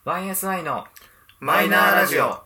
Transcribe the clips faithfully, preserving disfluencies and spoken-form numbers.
ワイエスアイ のマイナーラジオ。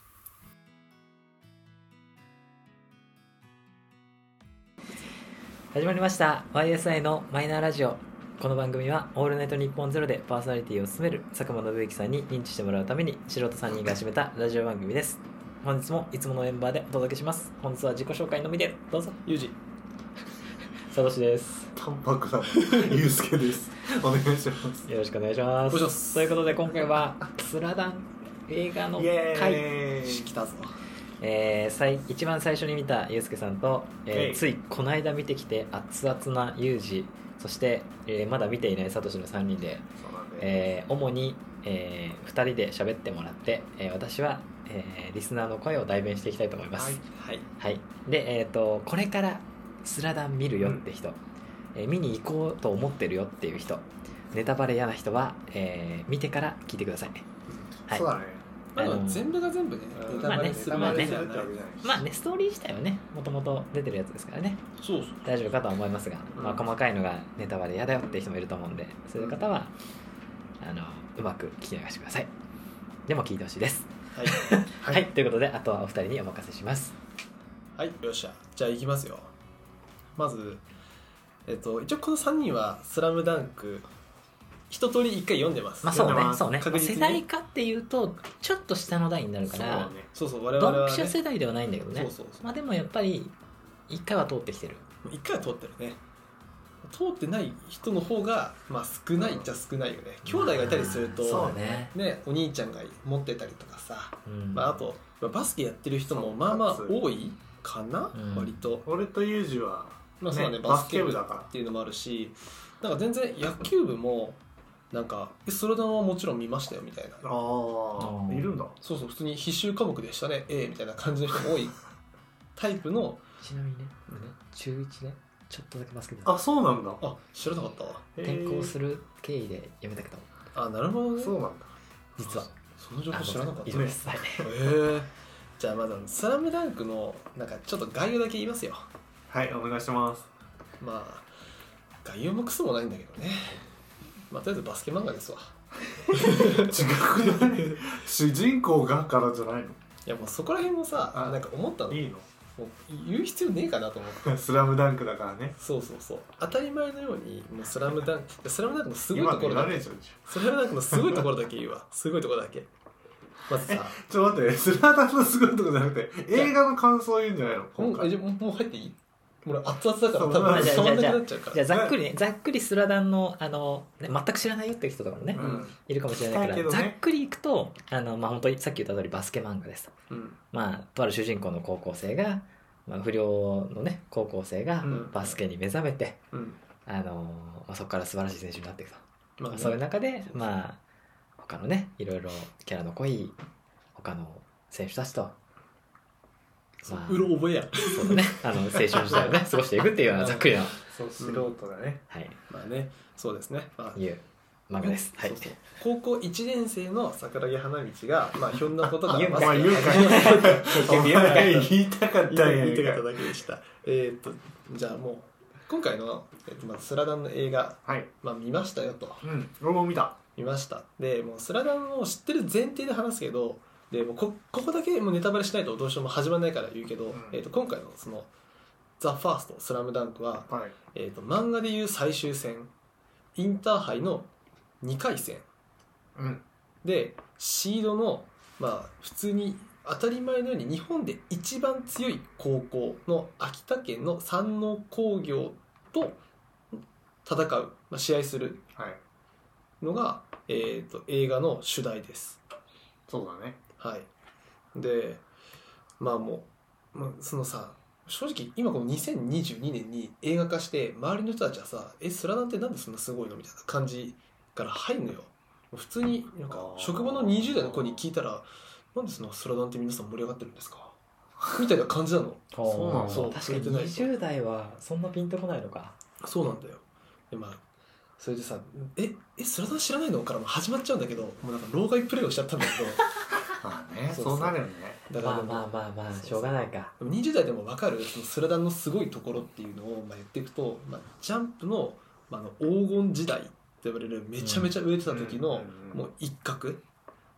始まりました ワイエスアイ のマイナーラジオ。この番組はオールナイトニッポンゼロでパーソナリティを務める佐久間信之さんに認知してもらうために素人さんにんが始めたラジオ番組です。本日もいつものメンバーでお届けします。本日は自己紹介のみでどうぞ。 ゆうじさとしです。 淡白なゆうすけです。お願いします。 よろしくお願いします。 お願いします。 ということで今回はスラダン映画のイエ回、 ーイ来たぞ。 えー、最一番最初に見たゆうすけさんと、えー、ついこの間見てきて熱々なゆうじ、そして、えー、まだ見ていないさとしのさんにんで、 そうなんで、 えー、主に、えー、ふたりで喋ってもらって、えー、私は、えー、リスナーの声を代弁していきたいと思います。 はい、 はい、で、えーと、これからスラダン見るよって人、うんえー、見に行こうと思ってるよっていう人、ネタバレ嫌な人は、えー、見てから聞いてください。はい、 そうだね。 あの全部が全部ね、ネタバレするわけじゃない。 まあね、ストーリー自体はね、もともと出てるやつですからね、そうそう大丈夫かとは思いますが、うんまあ、細かいのがネタバレ嫌だよって人もいると思うんで、そういう方はあのうまく聞き流してください。でも聞いてほしいです。はい、はいはい、ということであとはお二人にお任せします。 はい、よっしゃ、じゃあ行きますよ。まず、えっと、一応このさんにんはスラムダンク一通り一回読んでます。 まあそうね、そうね。 確実に世代かっていうとちょっと下の代になるから、 そうね、そうそう我々は、ね、 ドンピシャ世代ではないんだけどね。 そうそうそう。 まあでもやっぱり一回は通ってきてる。 一回は通ってるね。通ってない人の方がまあ少ないっちゃ少ないよね。兄弟がいたりすると、 そうね。 ね、お兄ちゃんが持ってたりとかさ、 うんまああとバスケやってる人もまあまあ多いかな、うん、割と。 俺とユージは、 まあそうだね、バスケ部だからっていうのもあるし、なんか全然野球部もなんかスラダンはもちろん見ましたよみたいな。 ああ、いるんだ。 そうそう、普通に必修科目でしたね A みたいな感じの人も多いタイプの。 ちなみにね、中いちでちょっとだけバスケ部。 あ、そうなんだ。 あ、知らなかったわ。 転校する経緯でやめたけど。 あ、なるほどね。 そうなんだ。 実はその情報知らなかったね。です。はい。 へえ。じゃあまずスラムダンクのなんかちょっと概要だけ言いますよ。 はい、お願いします。 まあ概要もクソもないんだけどね。まあとりあえずバスケ漫画ですわ。 違くない？主人公がからじゃないの？いやもうそこら辺もさ、あ、なんか思ったの。 いいの？ もう言う必要ねえかなと思って。 スラムダンクだからね。 そうそうそう。当たり前のようにもうスラムダンク、スラムダンクのすごいところだけ。スラムダンクのすごいところだけ言うわ。すごいところだけ。まずさ、 ちょっと待って、スラダンのすごいところじゃなくて映画の感想を言うんじゃないの？ もう、え、もう入っていい？もう熱々だから多分じゃあ触んなくなっちゃうから。 じゃあざっくりね、ざっくりスラダンのあの、ね、全く知らないよって人とかもね、うん、いるかもしれないから、ね、ざっくりいくとあの、まあ、本当にさっき言った通りバスケ漫画です、うん、まあとある主人公の高校生が、まあ、不良のね高校生がバスケに目覚めて、うん、あのまあ、そこから素晴らしい選手になっていくと、まあね、そういう中でまあ他のねいろいろキャラの濃い他の選手たちとまあ、うろ覚えやそうだね、あの青春時代をね過ごしていくっていうようなざっくりなそう素人だね、 はい、 まあね、そうですね、まあ、 いう漫画です、はい、 そうそう高校いちねん生の桜木花道がまあひょんなことが言うか言言うか言いたかった言いたかっただけでした。えー、っとじゃあもう今回の、えっと、まあスラダンの映画、はい、まあ見ましたよと。 うん、俺も見た。 見ました。でもうスラダンを知ってる前提で話すけど。でもう こ, ここだけもうネタバレしないとどうしても始まらないから言うけど、うんえー、と今回のその「ザ・ファーストスラムダンクは、はいえー、と漫画でいう最終戦インターハイのにかい戦、うん、でシードの、まあ、普通に当たり前のように日本で一番強い高校の秋田県の山王工業と戦う、まあ、試合するのが、はいえー、と映画の主題です。 そうだね。 はい、でまあもう、まあ、そのさ正直今このにせんにじゅうにねんに映画化して周りの人たちはさえスラダンってなんでそんなすごいのみたいな感じから入るのよ。普通になんか職場のにじゅう代の子に聞いたらなんでそのスラダンって皆さん盛り上がってるんですかみたいな感じなの。 そうなんそう確かににじゅう代はそんなピンとこないのか。 そうなんだよ。でまあそれでさええスラダン知らないのからも始まっちゃうんだけどもうなんか老害プレイをしちゃったんだけどまあね、そうなるよね。 だからまあまあまあしょうがないか。 でもにじゅう代でも分かるそのスラダンのすごいところっていうのをまあ言っていくと、まあ、ジャンプの、まあ、あの黄金時代と呼ばれるめちゃめちゃ売れてた時のもう一角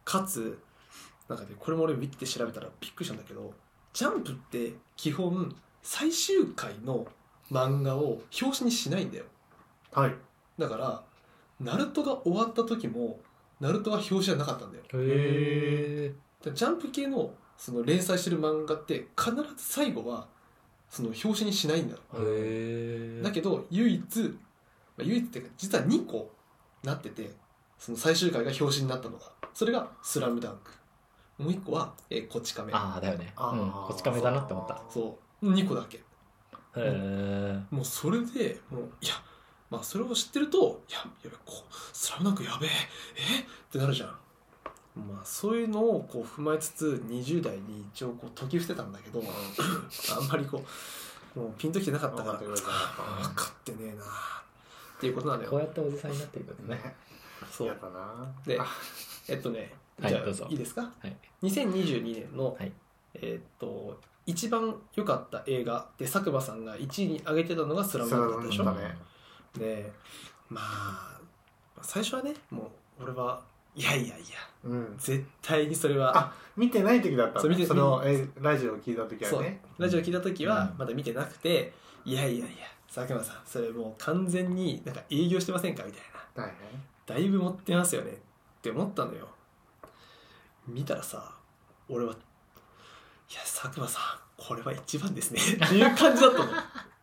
かつなんかねこれも俺ウィキで調べたらびっくりしたんだけど、ジャンプって基本最終回の漫画を表紙にしないんだよ。 はい。 だからナルトが終わった時もナルトは表紙はなかったんだよ。 へー。ジャンプ系のその連載してる漫画って必ず最後はその表紙にしないんだよ。 へー。 だけど唯一、まあ、唯一っていうか実はにこなってて、その最終回が表紙になったのがそれがスラムダンク、もういっこは、えー、こち亀。 ああだよね、 あ、 うん、こち亀だなって思った。 そうにこだけ。 へえ。 もうそれでもういやまあそれを知ってるといややべこうスラムダンクやべええってなるじゃん。まあそういうのをこう踏まえつつにじゅう代に一応こう解き伏せたんだけどあんまりこうもうピンときてなかったから分かってねえなっていうことなんだよ。 こうやっておじさんになっていくんだね。 そうやだな。 でえっとねはい、 じゃあどうぞ。 いいですか。 はい、 にせんにじゅうにねんの、 はい、 えーっと一番良かった映画で佐久間さんがいちいに挙げてたのがスラムダンクだったでしょ。 だね。 でまあ最初はねもう俺はいやいやいや、 うん、 絶対にそれはあ見てない時だったの、ね、 そう見てそのえラジオを聞いた時はね。 ラジオ聞いた時はまだ見てなくて、うん、いやいやいや佐久間さんそれもう完全になんか営業してませんかみたいな、はいはい、だいぶ持ってますよねって思ったのよ。見たらさ俺はいや佐久間さんこれは一番ですねっていう感じだったの。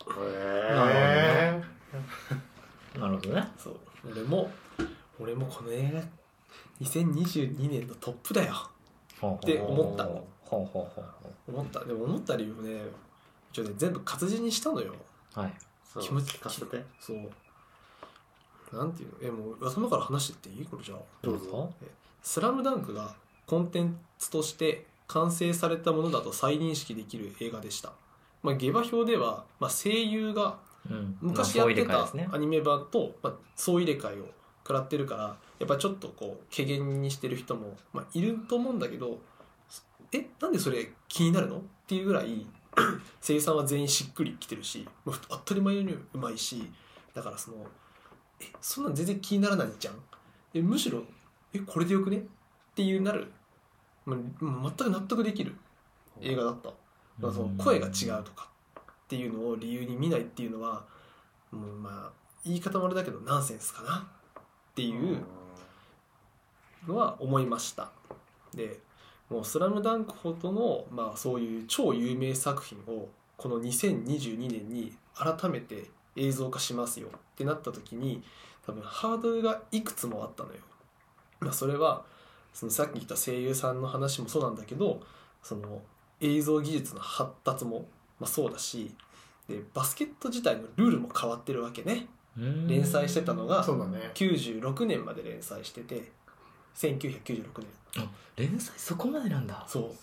へーなるほどね。 そう俺も俺もこの映画にせんにじゅうにねんのトップだよって思ったの。思ったでも思った理由もね一応ね全部活字にしたのよ。 はい。 気持ち聞かせて。そうなんていうのえもう頭から話してっていいこれじゃあどうぞ。 スラムダンクがコンテンツとして完成されたものだと再認識できる映画でした。まあ、下馬評では、まあ、声優が昔やってたアニメ版と、まあ、総入れ替えを食らってるからやっぱちょっとこう軽減にしてる人も、まあ、いると思うんだけどえなんでそれ気になるのっていうぐらい声優さんは全員しっくりきてるし当たり前にうまいしだからそのえそんなん全然気にならないじゃんえむしろえこれでよくねっていうなる、まあ、全く納得できる映画だった。だからその声が違うとかっていうのを理由に見ないっていうのはもうまあ言い方もあれだけどナンセンスかなっていうのは思いました。でもうスラムダンクほどの、まあ、そういう超有名作品をこのにせんにじゅうにねんに改めて映像化しますよってなった時に多分ハードルがいくつもあったのよ。まあ、それはそのさっき言った声優さんの話もそうなんだけどその映像技術の発達もまあそうだしでバスケット自体のルールも変わってるわけね。連載してたのがきゅうじゅうろくねんまで連載しててせんきゅうひゃくきゅうじゅうろくねんあ連載そこまでなんだ。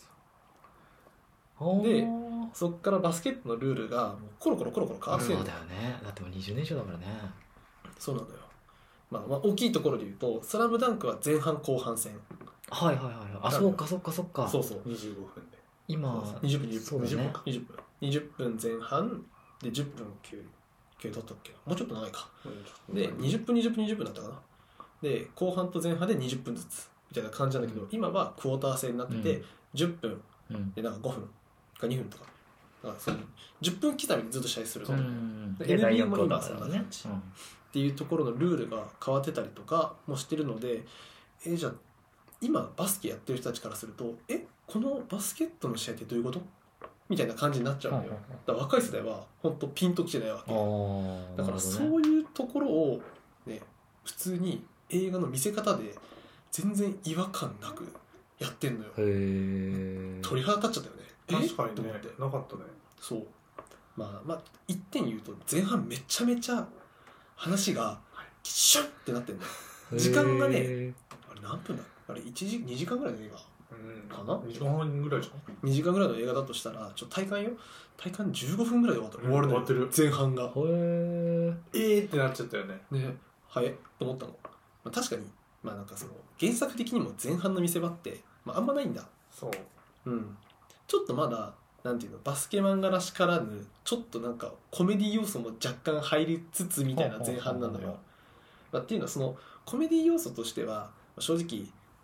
そうでそっからバスケットのルールがもうコロコロコロコロ変わってるんだよね。だってもうにじゅうねん以上だからね。 そうなのよ。まあ、まあ大きいところで言うとスラムダンクは前半後半戦はいはいはいあそうかそうかそうかそうそうにじゅうごふんで今にじゅっぷんにじゅっぷん、 そうだね、 にじゅっぷんにじゅっぷん前半でじゅっぷん休休だったっけもうちょっと長いか、うん、でにじゅっぷんにじゅっぷんにじゅっぷんだったかな。で後半と前半でにじゅっぷんずつみたいな感じなんだけど、うん、今はクォーター制になってて、うん、じゅっぷん、うん、でなんかごふんかにふんとかだからそのじゅっぷん刻みにずっと試合するの、うん、エヌビーエー も今そんな感じ、うん、っていうところのルールが変わってたりとかもしてるのでえじゃあ今バスケやってる人たちからするとえこのバスケットの試合ってどういうことみたいな感じになっちゃうのよ。だから若い世代は本当ピンときてないわけだからそういうところを、ね、普通に映画の見せ方で全然違和感なくやってんのよ。へ鳥肌立っちゃったよね。 確かにねなかったね。 そうまあまあ一点言うと前半めちゃめちゃ話がシュッってなってんだよ。時間がねあれ何分だあれいちじにじかんぐらいの映画かな、 にじかんぐらいじゃん。 にじかんぐらいの映画だとしたらちょっと体感よ体感じゅうごふんぐらいで終わった。 終わる終わってる前半がへーえーってなっちゃったよね。 ね早いと思ったの、まあ、確かにまあなんかその原作的にも前半の見せ場って、まあ、あんまないんだ。 そううんちょっとまだなんていうのバスケ漫画らしからぬちょっとなんかコメディ要素も若干入りつつみたいな前半なのよ。まあ、っていうのはそのコメディ要素としては正直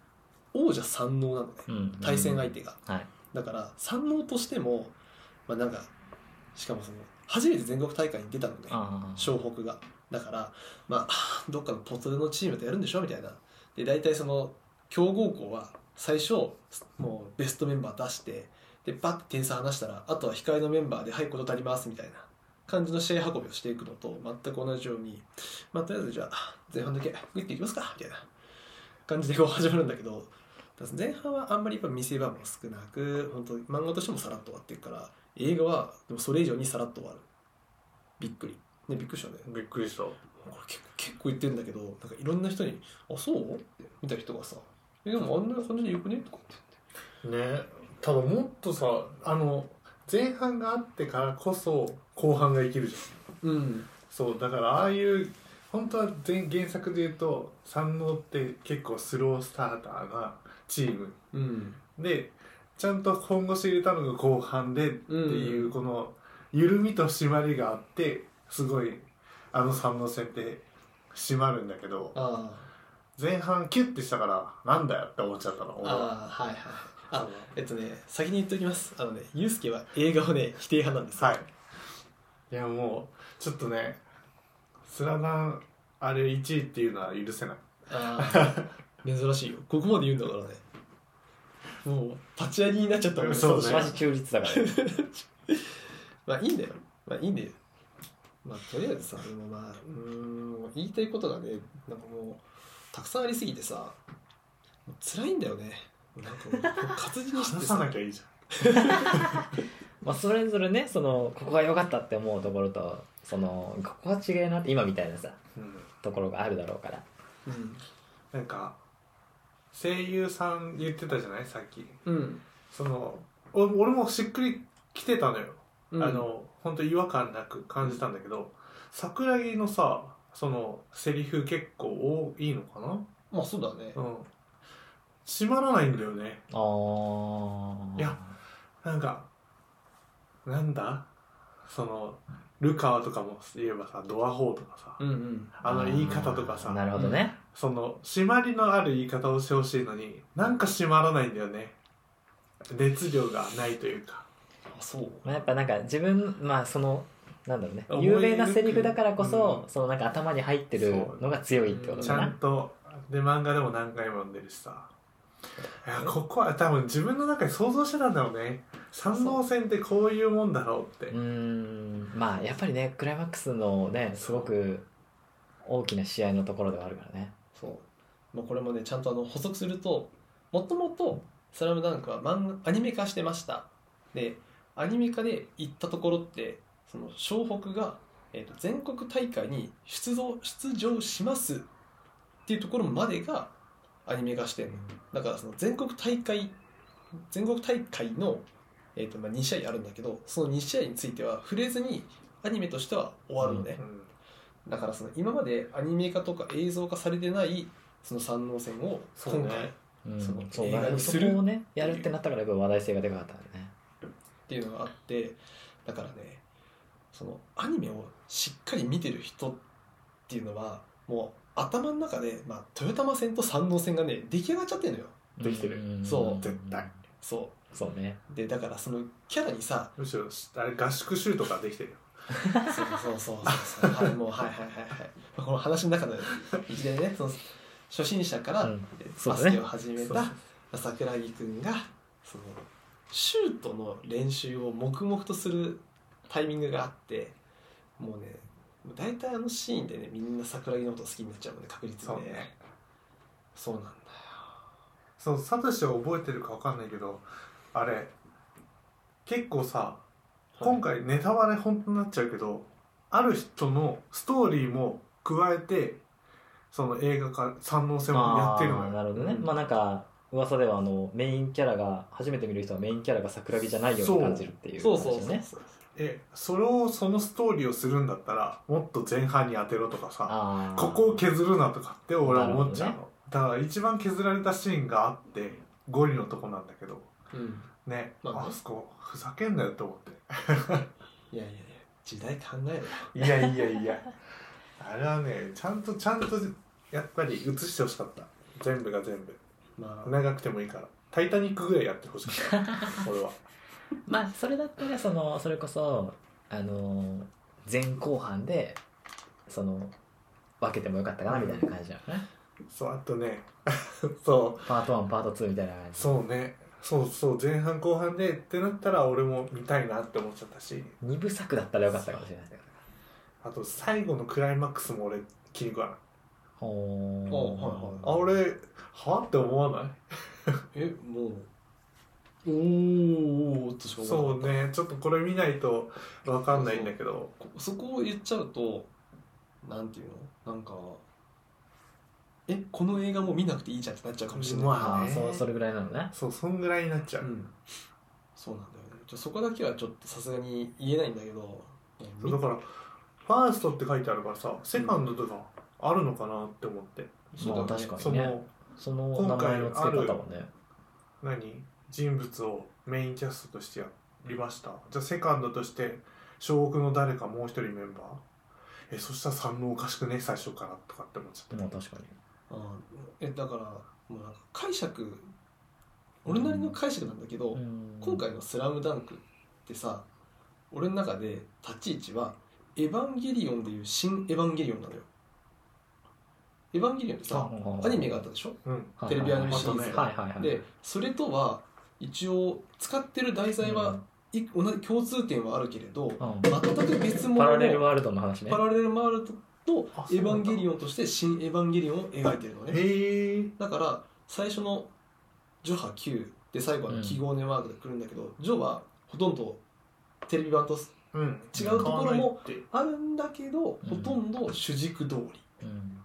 王者山王なのね、うん、対戦相手が、 はい、 だから山王としても、まあ、なんかしかもその初めて全国大会に出たのね、湘北が。だからまあどっかのポットでのチームとやるんでしょみたいな。で大体その強豪校は最初もうベストメンバー出してでバッて点差離したらあとは控えのメンバーではいこと足りますみたいな感じの試合運びをしていくのと全く同じように、まあとりあえずじゃあ前半だけグイッていきますかみたいな感じでこう始まるんだけど、前半はあんまりやっぱ見せ場も少なく本当漫画としてもさらっと終わっていくから、映画はでもそれ以上にさらっと終わる。びっくりね、びっくりしたね。 びっくりした。これ結構結構言ってるんだけど、なんかいろんな人に「あ、そう?」って見た人がさ「えでもあんな感じでよくね?」とかってね。多分もっとさ、あの前半があってからこそ後半が生きるじゃん。うん。そうだからああいう本当は前原作で言うと山王って結構スロースターターなチーム、うん、でちゃんと本腰入れたのが後半でっていう、この緩みと締まりがあってすごいあの山王戦って締まるんだけど、あ前半キュッてしたからなんだよって思っちゃったの。 ああはいはい。あえっとね先に言っておきます。あのねユうスケは映画をね否定派なんですよ。はい。 いやもうちょっとねスラダンあれいちいっていうのは許せない。 あ珍しいよ。ここまで言うんだからね。もう立ち上げになっちゃったもんね。 そうね。マジ中立だから、ね。 まあいいんだよ。まあいいんだよ。まあとりあえずさ、でもまあうーん言いたいことがね、なんかもうたくさんありすぎてさ、もう辛いんだよね。なんかもう活字にしてさ話さなきゃいいじゃん。 まあそれぞれね、そのここが良かったって思うところと、そのここは違えなって今みたいなさ、うん、ところがあるだろうから。 うん、なんか声優さん言ってたじゃないさっき、うん、そのお俺もしっくりきてたのよ、うん、あの本当違和感なく感じたんだけど、桜木のさそのセリフ結構多いのかな。 まあそうだね、うん、 締まらないんだよね。ああいやなんかなんだそのルカワとかも言えばさドアホーとかさ、うんうん、あの言い方とかさ、 なるほどね、 その締まりのある言い方をしてほしいのになんか締まらないんだよね。熱量がないというか。 そう、まあ、やっぱなんか自分まあそのなんだろうね有名なセリフだからこそ、うん、そのなんか頭に入ってるのが強いってことかな。 ちゃんとで漫画でも何回も読んでるしさ、いやここは多分自分の中で想像してたんだろうね。山王戦ってこういうもんだろうって。 うーんまあやっぱりねクライマックスのねすごく大きな試合のところではあるからね。 そう、まあ、これもねちゃんとあの補足すると、もともと「スラムダンクは漫画アニメ化してました。でアニメ化で行ったところってその湘北が、えーと全国大会に出場出場しますっていうところまでがアニメ化してるの。だからその全国大会全国大会の、えーとまあ、に試合あるんだけど、そのに試合については触れずにアニメとしては終わるのね、うんうん、だからその今までアニメ化とか映像化されてないその山王戦を今回その映画にする、 そこをねやるってなったからやっぱ話題性がでかかったんだねっていうのがあって、だからねそのアニメをしっかり見てる人っていうのはもう頭の中で、まあ、豊玉戦と山王戦がね出来上がっちゃってるのよ。 できてる。 そう絶対そうそうね。でだからそのキャラにさ、 むしろあれ合宿シュートができてるよ。 そうそうそうそうそうはいもうはいはいはいはいこの話の中でいきなりねその初心者からバスケを始めた桜木くんがそのシュートの練習を黙々とするタイミングがあって、もうね大体あのシーンでねみんな桜木のこと好きになっちゃうので確実にね。そうね。そうなんだよ。 そうサトシは覚えてるか分かんないけど、あれ結構さ、はい、今回ネタバレ本当になっちゃうけど、ある人のストーリーも加えてその映画化山王戦もやってるのよ。 なるほどね、うん、まあなんか噂ではあのメインキャラが初めて見る人はメインキャラが桜木じゃないように感じるっていう話ですね。 えそれをそのストーリーをするんだったらもっと前半に当てろとかさ、ここを削るなとかって俺は思っちゃうの、ね、だから一番削られたシーンがあってゴリのとこなんだけど、うん、ね、まあ、あそこふざけんなよと思っていやいやいや時代考えろいやいやいやあれはねちゃんとちゃんとやっぱり映してほしかった、全部が全部。 まあ、長くてもいいからタイタニックぐらいやってほしかった俺は。 まあそれだったらそのそれこそあの前後半でその分けてもよかったかなみたいな感じだよね、 うん、そうあとねそうパートワンパートツーみたいな感じ。 そうねそうそう前半後半でってなったら俺も見たいなって思っちゃったし、 にぶ作だったらよかったかもしれないけど、 あと最後のクライマックスも俺気に食わない。 ほー、 はいはい、あ俺はって思わないえもうおーおーっとしか思わなかった。 そうねちょっとこれ見ないと分かんないんだけど、 そうそうそこを言っちゃうとなんていうのなんかえこの映画も見なくていいじゃんってなっちゃうかもしれない。 まあね、 そうそれぐらいなのね。 そうそんぐらいになっちゃう、 うん、そうなんだよね。じゃそこだけはちょっとさすがに言えないんだけど、 だからファーストって書いてあるからさセカンドとかあるのかなって思って、 うん、まあ確かにねその名前の付け方もね何人物をメインキャストとしてやりました。じゃあセカンドとして小国の誰かもう一人メンバーえそしたらさんのおかしくね最初からとかって思っちゃった。 まあ確かにあえだからもうなんか解釈俺なりの解釈なんだけど、うん、今回の「スラムダンクってさ俺の中で立ち位置はエヴァンゲリオンでいう新エヴァンゲリオンなのよ。エヴァンゲリオンってさアニメがあったでしょ、うん、テレビアニメシリーズが、はいはいはい、でそれとは一応使ってる題材は、うん、同じ共通点はあるけれど、うん、全く別物のパラレルワールドの話ね。 パラレルワールドとエヴァンゲリオンとして新エヴァンゲリオンを描いてるのね。 へだから最初のジョハきゅうで最後は記号ネワークで来るんだけど、うん、ジョはほとんどテレビ版と違うところもあるんだけど、うん、ほとんど主軸通り、うん、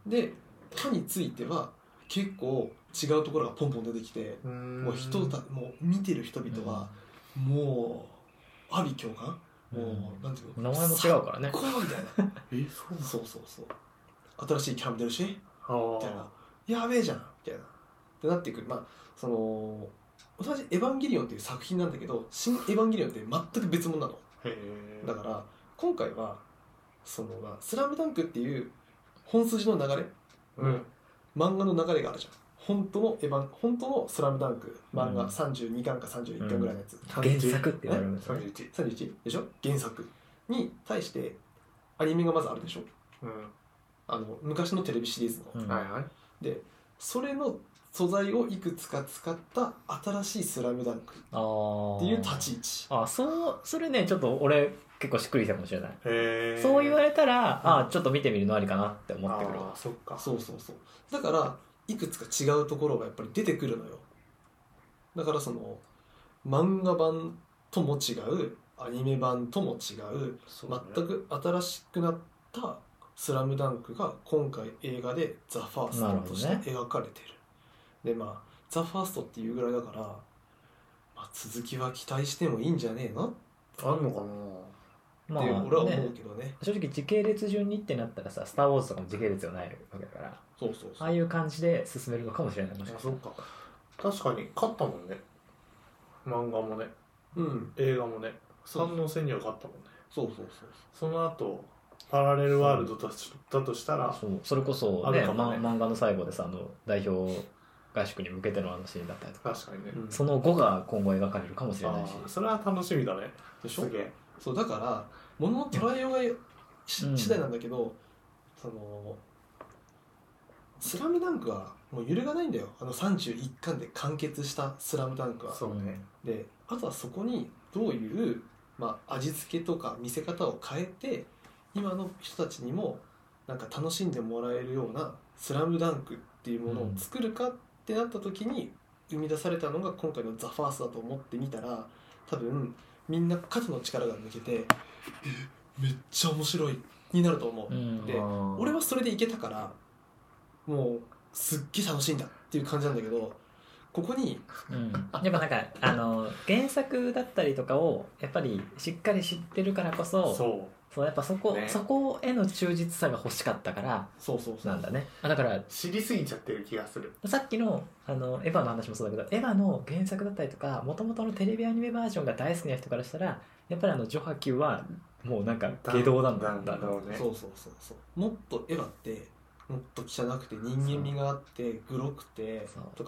で他については結構違うところがポンポン出てきて、うん、もう人たもう見てる人々はもう阿鼻叫喚もうなんていうの名前も違うからねみたいなえそうそうそうそう新しいキャラも出るしみたいなやべえじゃんみたいなってなってくる。まあその同じエヴァンゲリオンっていう作品なんだけど新エヴァンゲリオンって全く別物なの。へだから今回はその、まあ、スラムダンクっていう本筋の流れ、うん、漫画の流れがあるじゃん。本当のエヴァン本当のスラムダンク漫画さんじゅうにかんかさんじゅういっかんぐらいのやつ、うん、 原作って言われるんですよね。 さんじゅういちでしょ原作に対してアニメがまずあるでしょ、うん、あの昔のテレビシリーズの、うん、はいはい、でそれの素材をいくつか使った新しいスラムダンクっていう立ち位置。 ああそうそれねちょっと俺結構しっくりしたかもしれない。へそう言われたら、うん、あちょっと見てみるのありかなって思ってくるわ。 そっかそうそうそうだからいくつか違うところがやっぱり出てくるのよ。だからその漫画版とも違うアニメ版とも違う、ね、全く新しくなったスラムダンクが今回映画でザ・ファーストとして描かれている。でまあザ・ファーストっていうぐらいだから、まあ、続きは期待してもいいんじゃねえのあるのかなって俺は思うけどね、ね正直時系列順にってなったらさスター・ウォーズとかも時系列がないわけだからそうそうそうああいう感じで進めるのかもしれないもしかしたら。 そうか確かに勝ったもんね漫画もね、うん、映画もね三能戦には勝ったもんね。 そうそうそうその後パラレルワールドだとしたらそ, うそれこそね、ねま、漫画の最後でさあの代表合宿に向けてのあのシーンだったりとか確かにね、 その後が今後描かれるかもしれないしそれは楽しみだね。 でしょすげえそうだから物の捉えようが次第なんだけど、うん、そのスラムダンクはもう揺るがないんだよ。あのさんじゅういっかんで完結したスラムダンクは。 そうね。 であとはそこにどういう、まあ、味付けとか見せ方を変えて今の人たちにもなんか楽しんでもらえるようなスラムダンクっていうものを作るかってなった時に生み出されたのが今回のザ・ファーストだと思ってみたら多分みんな肩の力が抜けてえめっちゃ面白いになると思う、うん、で俺はそれでいけたからもうすっげえ楽しいんだっていう感じなんだけどここに、 うん、やっぱなんかあの原作だったりとかをやっぱりしっかり知ってるからこそそうそうやっぱそこ、ね、そこへの忠実さが欲しかったからそうそうそうなんだね。あだから知りすぎちゃってる気がする。 さっきのあのエヴァの話もそうだけどエヴァの原作だったりとか元々のテレビアニメバージョンが大好きな人からしたらやっぱりあのジョハ級はもうなんか下道なんだだろうね。そうそうそうそうもっとエヴァってもっと汚くて人間味があってグロくてとか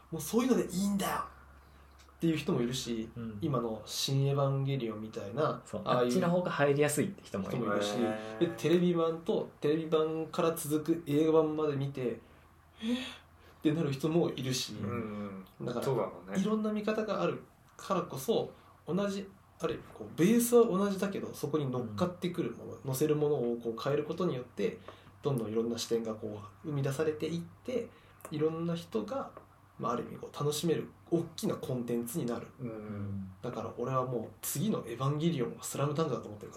もうそういうのでいいんだよっていう人もいるし、うん、今の「新エヴァンゲリオン」みたいなああっちの方が入りやすいって人もいる, 人もいるしでテレビ版とテレビ版から続く映画版まで見てえー、ってなる人もいるし、うんうん、だからそうだろう、ね、いろんな見方があるからこそ同じある意味こうベースは同じだけどそこに乗っかってくるもの、うん、乗せるものをこう変えることによってどんどんいろんな視点がこう生み出されていっていろんな人が、まあ、ある意味こう楽しめる大きなコンテンツになる、うん、だから俺はもう次の「エヴァンゲリオン」は「スラムダンクだと思ってる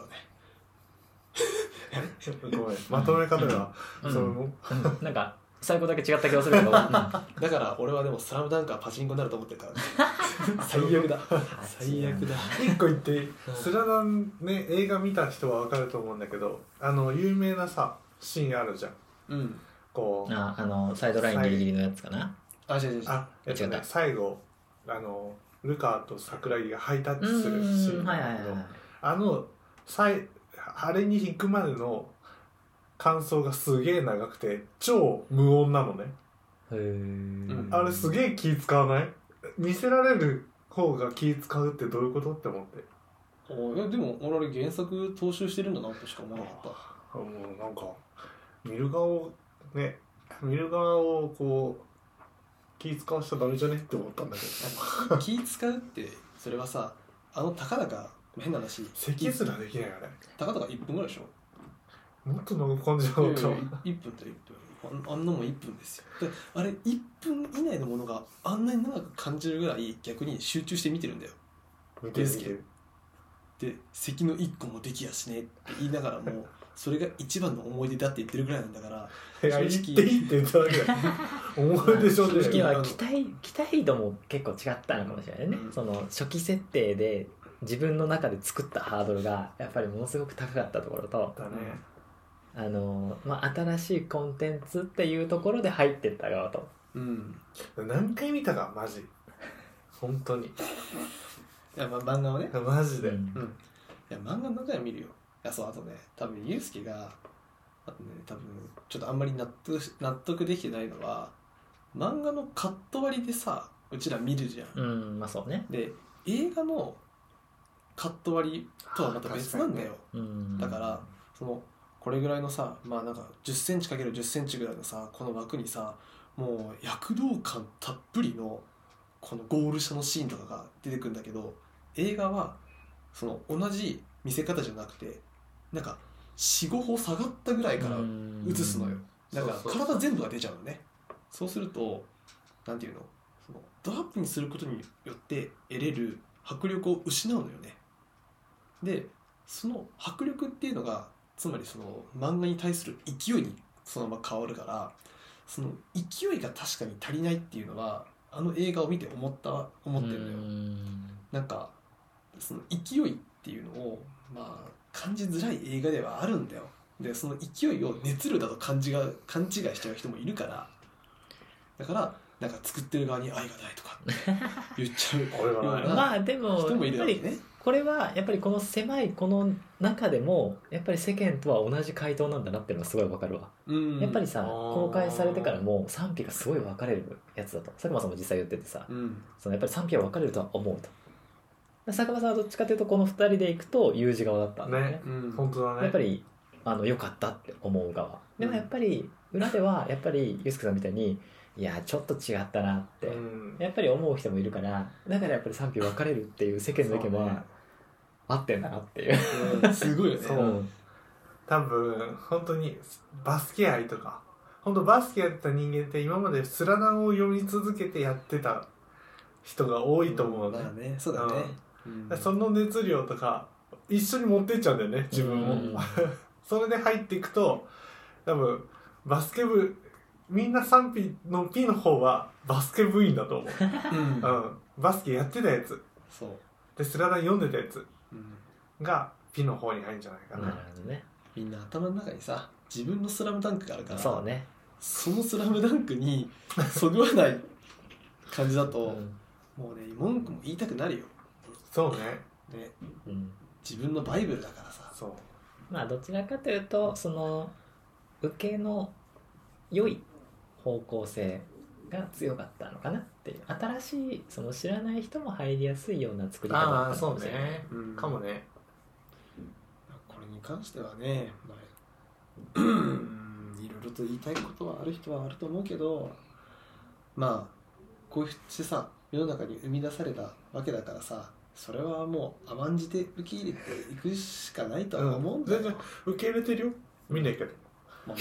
からねごめんまとめ方が、 うんそのうん、なんか最後だけ違った気がするけど、うん、だから俺はでも「スラムダンクはパチンコになると思ってるからね最悪だ最悪だ一個言ってスラダンね映画見た人は分かると思うんだけどあの有名なさシーンあるじゃん、うん、 こう あ, あのサイドラインギリギリのやつかなあ違う違うあ、えっとね、最後あのルカと桜木がハイタッチするシーンなんだけどあのあれに行くまでの感想がすげえ長くて超無音なのねへーあれすげえ気使わない見せられる方が気使うってどういうことって思ってあいやでも俺原作踏襲してるんだなとしか思わなかったもうなんか見る側をね見る側をこう気使わしちゃダメじゃねって思ったんだけど気使うってそれはさあのたかだか変な話席すらできないよねたかだかいっぷんぐらいでしょもっと長く感じなかったいっぷんといっぷん あ, あんなもんいっぷんですよであれいっぷん以内のものがあんなに長く感じるぐらい逆に集中して見てるんだよ見てる見てるで席のいっこもできやしねって言いながらもそれが一番の思い出だって言ってるぐらいなんだからいや正直言っていいって言っただけだ思い出しょ正直は期待期待度も結構違ったのかもしれないね、うん、その初期設定で自分の中で作ったハードルがやっぱりものすごく高かったところとだねあの、まあ、新しいコンテンツっていうところで入ってった側と、 うん、何回見たかマジ本当にいや、まあ、漫画をねマジで、うんうん、いや漫画何回も見るよいやそうあとね多分ユースケがあとね多分ちょっとあんまり納得納得できてないのは漫画のカット割りでさうちら見るじゃんうんまあそうねで映画のカット割りとはまた別なんだよ、うん、だからそのこれぐらいのさまあなんかじゅっセンチかけるじゅっセンチぐらいのさこの枠にさもう躍動感たっぷりのこのゴール下のシーンとかが出てくるんだけど映画はその同じ見せ方じゃなくてなんか よん,ご 歩下がったぐらいから映すのよだから体全部が出ちゃうのねそうするとなんていうのそのドアップにすることによって得れる迫力を失うのよねでその迫力っていうのがつまりその漫画に対する勢いにそのまま変わるからその勢いが確かに足りないっていうのはあの映画を見て思った思ってるんだよなんかその勢いっていうのをまあ感じづらい映画ではあるんだよでその勢いを熱量だと感じが勘違いしちゃう人もいるからだからなんか作ってる側に愛がないとか言っちゃうようなまあでも人もいるわけねこれはやっぱりこの狭いこの中でもやっぱり世間とは同じ回答なんだなっていうのがすごい分かるわ、うん、やっぱりさ公開されてからも賛否がすごい分かれるやつだと佐久間さんも実際言っててさ、うん、そのやっぱり賛否は分かれるとは思うと佐久間さんはどっちかというとこのふたりでいくと有事側だったんだよね、ね、 うん、本当だねやっぱりあの良かったって思う側でもやっぱり裏ではやっぱりユースケさんみたいにいやちょっと違ったなって、うん、やっぱり思う人もいるからだからやっぱり賛否分かれるっていう世間の意見は合ってんだなっていう、 うん、すごいよねそう、うん、多分本当にバスケ愛とか本当バスケやってた人間って今までスラダンを読み続けてやってた人が多いと思うね、うん、まあねそうだね、うん、その熱量とか一緒に持ってっちゃうんだよね自分も、うん、それで入っていくと多分バスケ部みんな賛否の P の方はバスケ部員だと思う、うんうん、バスケやってたやつそうでスラダン読んでたやつが P の方に入るんじゃないかな、なるほどね、 みんな頭の中にさ自分のスラムダンクがあるからそうねそのスラムダンクにそぐわない感じだと、うん、もうね文句も言いたくなるよそうねね、うん、自分のバイブルだからさそうまあどちらかというとその受けの良い方向性が強かったのかなっていう、新しいその知らない人も入りやすいような作り方だったかもしれない。ああそうね、うん、かもね。 これに関してはね、まあ、いろいろと言いたいことはある人はあると思うけど、まあこうしてさ世の中に生み出されたわけだからさ、それはもう甘んじて受け入れていくしかないとは思うんだよ、うん、全然受け入れてるよみんないいけど、まあ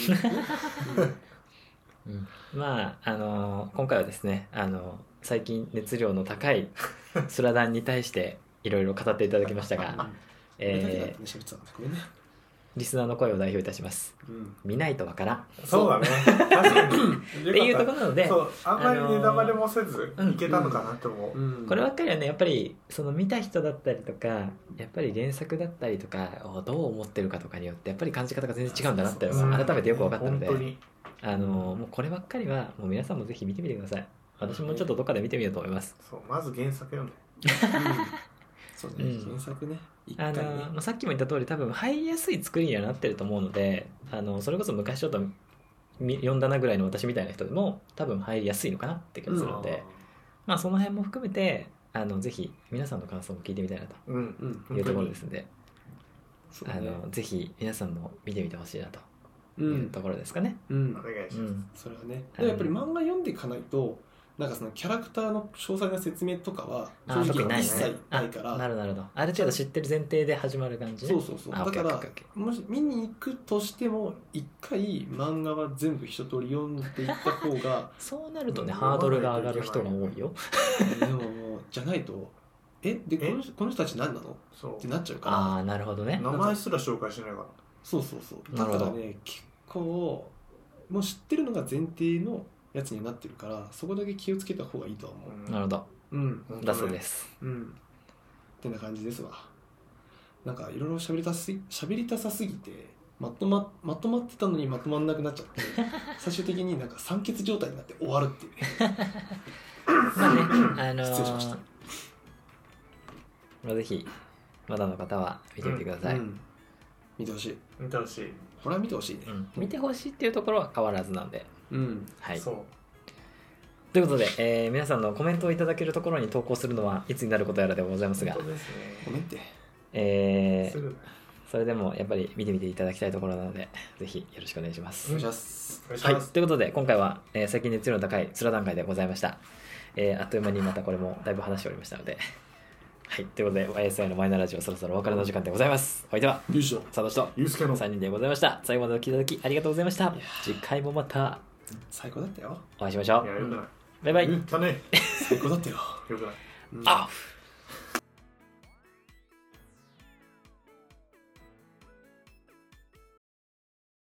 うん、まああのー、今回はですね、あのー、最近熱量の高いスラダンに対していろいろ語っていただきましたが、えー、リスナーの声を代表いたします、うん、見ないとわからん。 そうだね確かにっていうところなので、 そうあんまりネタバレもせずいけたのかなと思う、 うんうん、こればっかりはねやっぱりその見た人だったりとかやっぱり原作だったりとかをどう思ってるかとかによってやっぱり感じ方が全然違うんだなっていうのが改めてよく分かったので、うん、あのもうこればっかりはもう皆さんもぜひ見てみてください。私もちょっとどっかで見てみようと思います。 そうまず原作読んで、 そうね、うん、原作ねあのねさっきも言った通り多分入りやすい作りにはなってると思うので、あのそれこそ昔ちょっと読んだなぐらいの私みたいな人でも多分入りやすいのかなって気がするので、うん、まあその辺も含めてあのぜひ皆さんの感想も聞いてみたいなというところですので、うんうん、あのぜひ皆さんも見てみてほしいなというところですかね、 うんうん、お願いします、うん、 それはねやっぱり漫画読んでいかないとなんかそのキャラクターの詳細な説明とかは正直一切ないから、 なるなるほど、ある程度知ってる前提で始まる感じね。 そうそうそう、だからもし見に行くとしても一回漫画は全部一通り読んでいった方がそうなるとねハードルが上がる人が多いよでももうじゃないとえでこのこの人たち何なのってなっちゃうから。 ああなるほどね、 名前すら紹介しないから。 そうそうそう、だからね結構もう知ってるのが前提のやつになってるからそこだけ気をつけた方がいいとは思う、 うん、なるほど、 うん、 だそうです、 うん、ってな感じですわ。なんかいろいろ喋りたす喋りたさすぎてまとままとまってたのにまとまんなくなっちゃって最終的になんか酸欠状態になって終わるっていうねまあねあのー、 失礼しました。 まあ、ぜひまだの方は見てみてください、うんうん、 見てほしい見てほしいこれは見てほしいね、 うん、見てほしいっていうところは変わらずなんで、 うん、 はい、 そうということで、えー、皆さんのコメントをいただけるところに投稿するのはいつになることやらでございますが、 本当ですね、 コメント、 えー、それでもやっぱり見てみていただきたいところなのでぜひよろしくお願いします。 お願いします。 はい、ということで今回は、えー、最近熱量の高いスラ段階でございました、えー、あっという間にまたこれもだいぶ話しておりましたので、はい、ということで ワイエスアイ のマイナーラジオそろそろお別れの時間でございます。お相手は優勝佐藤とゆうすけのさんにんでございました。最後までお聞きいただきありがとうございました。次回もまた最高だったよ。 お会いしましょう。 いやよくないバイバイ。 だね最高だったよ。 よくない、 うん、あっ